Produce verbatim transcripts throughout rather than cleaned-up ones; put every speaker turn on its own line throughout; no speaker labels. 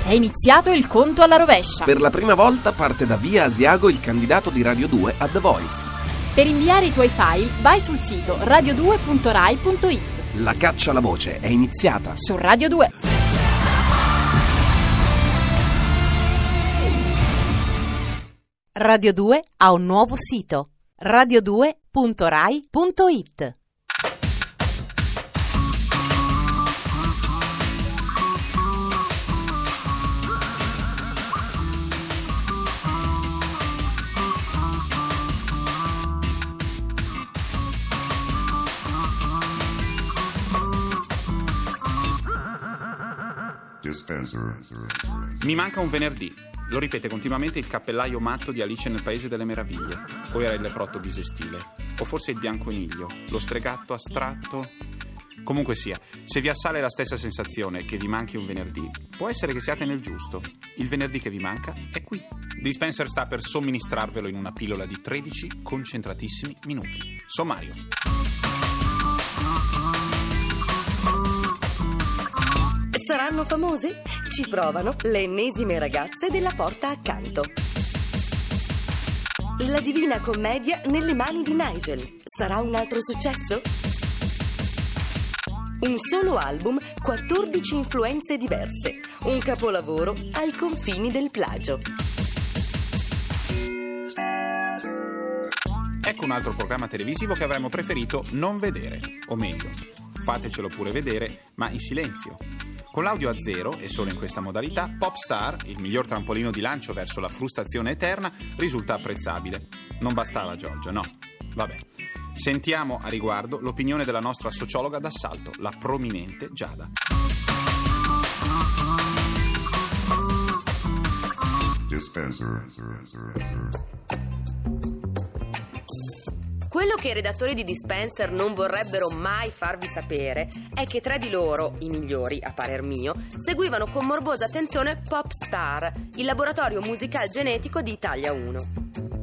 È iniziato il conto alla rovescia.
Per la prima volta parte da Via Asiago il candidato di Radio due a The Voice.
Per inviare i tuoi file vai sul sito radio due punto rai punto it.
La caccia alla voce è iniziata
Su Radio due.
Radio due ha un nuovo sito, radio due punto rai punto it.
Mi manca un venerdì. Lo ripete continuamente il cappellaio matto di Alice nel Paese delle Meraviglie. O era il leprotto bisestile. O forse il bianconiglio. Lo stregatto astratto. Comunque sia, se vi assale la stessa sensazione che vi manchi un venerdì, può essere che siate nel giusto. Il venerdì che vi manca è qui. Dispenser sta per somministrarvelo in una pillola di tredici concentratissimi minuti. Sommario.
Saranno famose? Ci provano le ennesime ragazze della porta accanto. La Divina Commedia nelle mani di Nigel. Sarà un altro successo? Un solo album, quattordici influenze diverse. Un capolavoro ai confini del plagio.
Ecco un altro programma televisivo che avremmo preferito non vedere. O meglio, fatecelo pure vedere, ma in silenzio. Con l'audio a zero, e solo in questa modalità, Popstar, il miglior trampolino di lancio verso la frustrazione eterna, risulta apprezzabile. Non bastava Giorgio, no. Vabbè. Sentiamo a riguardo l'opinione della nostra sociologa d'assalto, la prominente Giada.
Dispenser.
Quello che i redattori di Dispenser non vorrebbero mai farvi sapere è che tre di loro, i migliori a parer mio, seguivano con morbosa attenzione Popstar, il laboratorio musical genetico di Italia uno.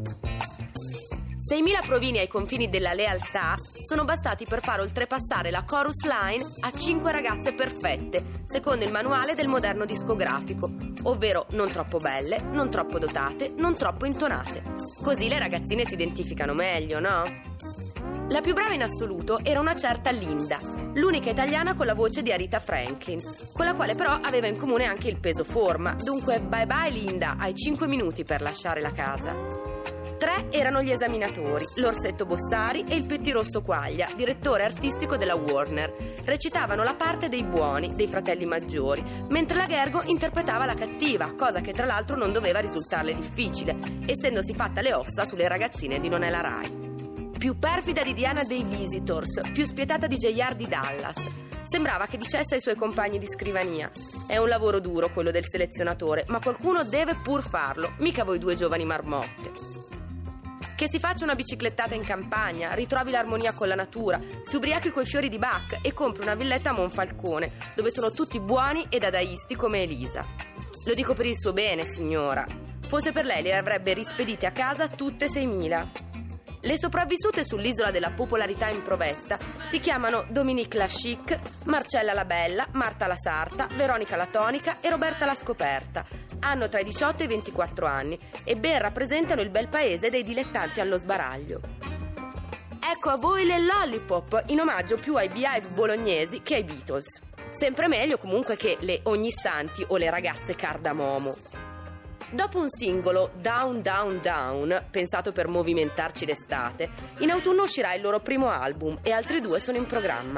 seimila provini ai confini della lealtà sono bastati per far oltrepassare la chorus line a cinque ragazze perfette, secondo il manuale del moderno discografico, ovvero non troppo belle, non troppo dotate, non troppo intonate. Così le ragazzine si identificano meglio, no? La più brava in assoluto era una certa Linda, l'unica italiana con la voce di Aretha Franklin, con la quale però aveva in comune anche il peso forma, dunque bye bye Linda, hai cinque minuti per lasciare la casa. Tre erano gli esaminatori, l'Orsetto Bossari e il Pettirosso Quaglia, direttore artistico della Warner. Recitavano la parte dei buoni, dei fratelli maggiori, mentre la Gergo interpretava la cattiva, cosa che tra l'altro non doveva risultarle difficile, essendosi fatta le ossa sulle ragazzine di Non è la Rai. Più perfida di Diana dei Visitors, più spietata di J R di Dallas. Sembrava che dicesse ai suoi compagni di scrivania: è un lavoro duro quello del selezionatore, ma qualcuno deve pur farlo, mica voi due giovani marmotte. Che si faccia una biciclettata in campagna, ritrovi l'armonia con la natura, si ubriachi coi fiori di Bach e compri una villetta a Monfalcone, dove sono tutti buoni e dadaisti come Elisa. Lo dico per il suo bene, signora. Fosse per lei, le avrebbe rispedite a casa tutte seimila. Le sopravvissute sull'isola della popolarità in provetta si chiamano Dominique la Chic, Marcella la Bella, Marta la Sarta, Veronica la Tonica e Roberta la Scoperta. Hanno tra i diciotto e i ventiquattro anni e ben rappresentano il bel paese dei dilettanti allo sbaraglio. Ecco a voi le Lollipop, in omaggio più ai Beehive bolognesi che ai Beatles. Sempre meglio comunque che le Ognissanti o le ragazze Cardamomo. Dopo un singolo, Down Down Down, pensato per movimentarci l'estate, in autunno uscirà il loro primo album e altri due sono in programma.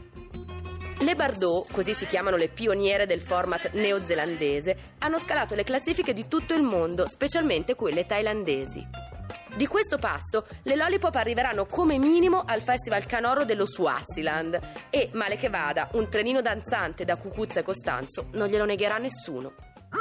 Le Bardot, così si chiamano le pioniere del format neozelandese, hanno scalato le classifiche di tutto il mondo, specialmente quelle thailandesi. Di questo passo, le Lollipop arriveranno come minimo al Festival Canoro dello Swaziland e, male che vada, un trenino danzante da Cucuzza e Costanzo non glielo negherà nessuno.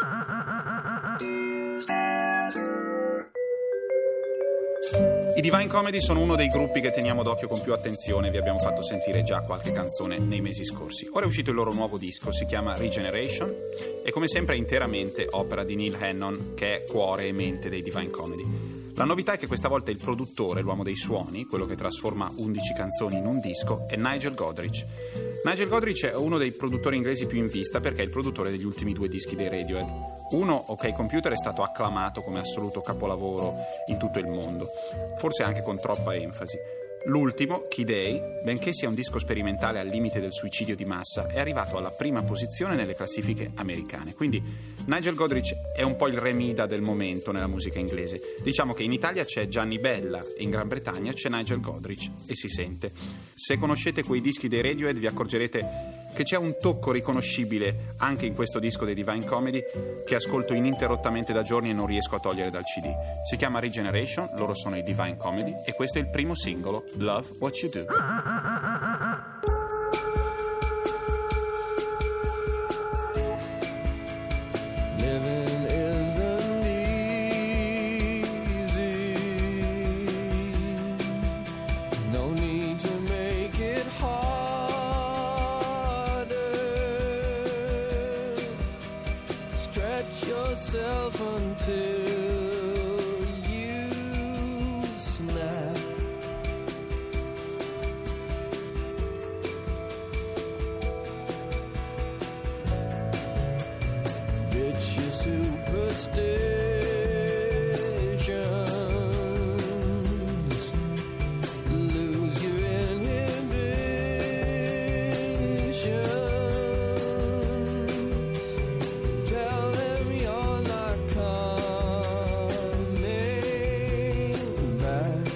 I Divine Comedy sono uno dei gruppi che teniamo d'occhio con più attenzione. Vi abbiamo fatto sentire già qualche canzone nei mesi scorsi. Ora è uscito il loro nuovo disco, si chiama Regeneration e come sempre è interamente opera di Neil Hannon, che è cuore e mente dei Divine Comedy. La novità è che questa volta il produttore, l'uomo dei suoni, quello che trasforma undici canzoni in un disco, è Nigel Godrich. Nigel Godrich è uno dei produttori inglesi più in vista perché è il produttore degli ultimi due dischi dei Radiohead. Uno, OK Computer, è stato acclamato come assoluto capolavoro in tutto il mondo, forse anche con troppa enfasi. L'ultimo, Key Day, benché sia un disco sperimentale al limite del suicidio di massa, è arrivato alla prima posizione nelle classifiche americane. Quindi Nigel Godrich è un po' il Re Mida del momento nella musica inglese. Diciamo che in Italia c'è Gianni Bella e in Gran Bretagna c'è Nigel Godrich, e si sente. Se conoscete quei dischi dei Radiohead vi accorgerete che c'è un tocco riconoscibile anche in questo disco dei Divine Comedy che ascolto ininterrottamente da giorni e non riesco a togliere dal C D. Si chiama Regeneration, loro sono i Divine Comedy e questo è il primo singolo, Love What You Do.
Living isn't easy. No need to make it harder. Stretch yourself until you snap. Ditch your superstitions. Lose your inhibitions. Tell them you're not coming back.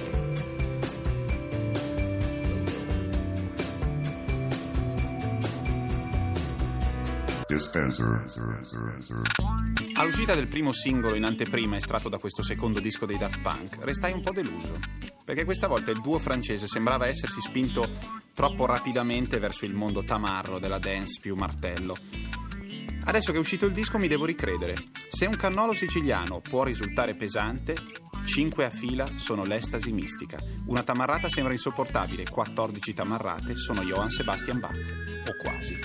Dispenser.
All'uscita del primo singolo in anteprima estratto da questo secondo disco dei Daft Punk, restai un po' deluso, perché questa volta il duo francese sembrava essersi spinto troppo rapidamente verso il mondo tamarro della dance più martello. Adesso che è uscito il disco mi devo ricredere. Se un cannolo siciliano può risultare pesante, cinque a fila sono l'estasi mistica. Una tamarrata sembra insopportabile, quattordici tamarrate sono Johann Sebastian Bach, o quasi.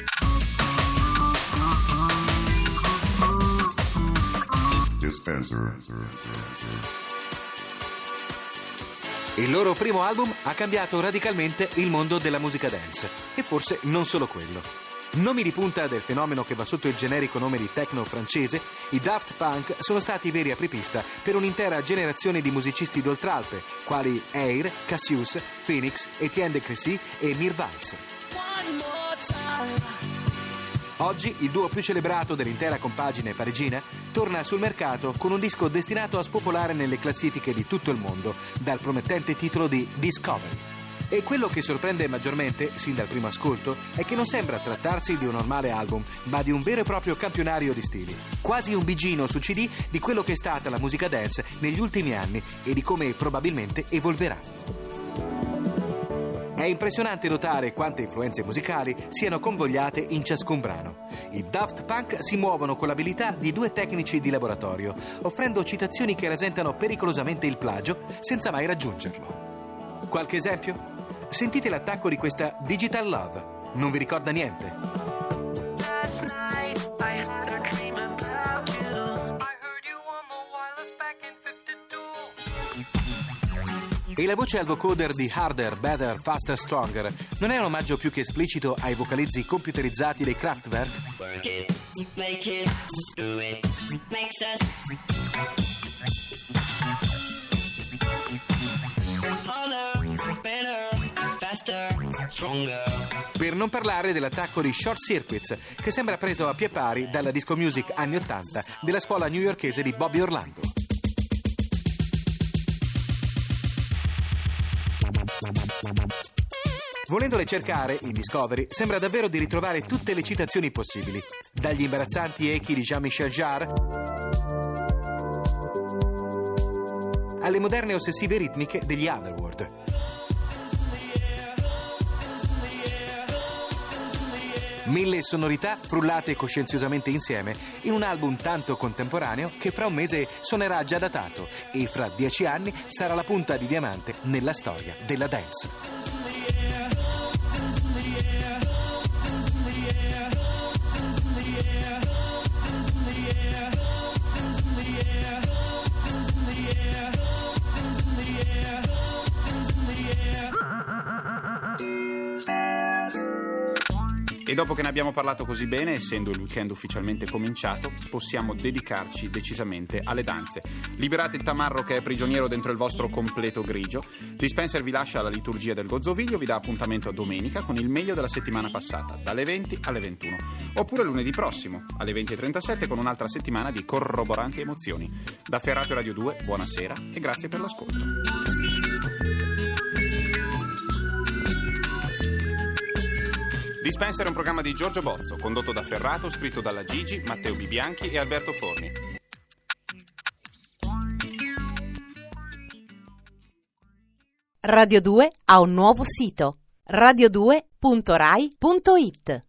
Dispenser.
Il loro primo album ha cambiato radicalmente il mondo della musica dance, e forse non solo quello. Nomi di punta del fenomeno che va sotto il generico nome di techno francese, i Daft Punk sono stati veri apripista per un'intera generazione di musicisti d'oltralpe, quali Air, Cassius, Phoenix, Etienne de Crécy e Mir Weiss. Oggi il duo più celebrato dell'intera compagine parigina torna sul mercato con un disco destinato a spopolare nelle classifiche di tutto il mondo, dal promettente titolo di Discovery. E quello che sorprende maggiormente, sin dal primo ascolto, è che non sembra trattarsi di un normale album, ma di un vero e proprio campionario di stili. Quasi un bigino su C D di quello che è stata la musica dance negli ultimi anni e di come probabilmente evolverà. È impressionante notare quante influenze musicali siano convogliate in ciascun brano. I Daft Punk si muovono con l'abilità di due tecnici di laboratorio, offrendo citazioni che rasentano pericolosamente il plagio senza mai raggiungerlo. Qualche esempio? Sentite l'attacco di questa Digital Love. Non vi ricorda niente? E la voce al vocoder di Harder, Better, Faster, Stronger non è un omaggio più che esplicito ai vocalizzi computerizzati dei Kraftwerk?
Work it, make it, do it, makes us harder, better, faster, stronger.
Per non parlare dell'attacco di Short Circuits, che sembra preso a pie pari dalla disco music anni ottanta della scuola newyorkese di Bobby Orlando. Volendole cercare, in Discovery sembra davvero di ritrovare tutte le citazioni possibili, dagli imbarazzanti echi di Jean-Michel Jarre alle moderne ossessive ritmiche degli Underworld. Mille sonorità frullate coscienziosamente insieme in un album tanto contemporaneo che fra un mese suonerà già datato e fra dieci anni sarà la punta di diamante nella storia della dance.
dopo che ne abbiamo parlato così bene, essendo il weekend ufficialmente cominciato, possiamo dedicarci decisamente alle danze. Liberate il tamarro che è prigioniero dentro il vostro completo grigio. Dispenser vi lascia alla liturgia del Gozzoviglio, vi dà appuntamento a domenica con il meglio della settimana passata, dalle venti alle ventuno. Oppure lunedì prossimo, alle venti e trentasette, con un'altra settimana di corroboranti emozioni. Da Ferrato e Radio due, buonasera e grazie per l'ascolto. Dispenser è un programma di Giorgio Bozzo, condotto da Ferrato, scritto dalla Gigi, Matteo Bibianchi e Alberto Forni.
Radio due ha un nuovo sito: radio due punto rai punto it.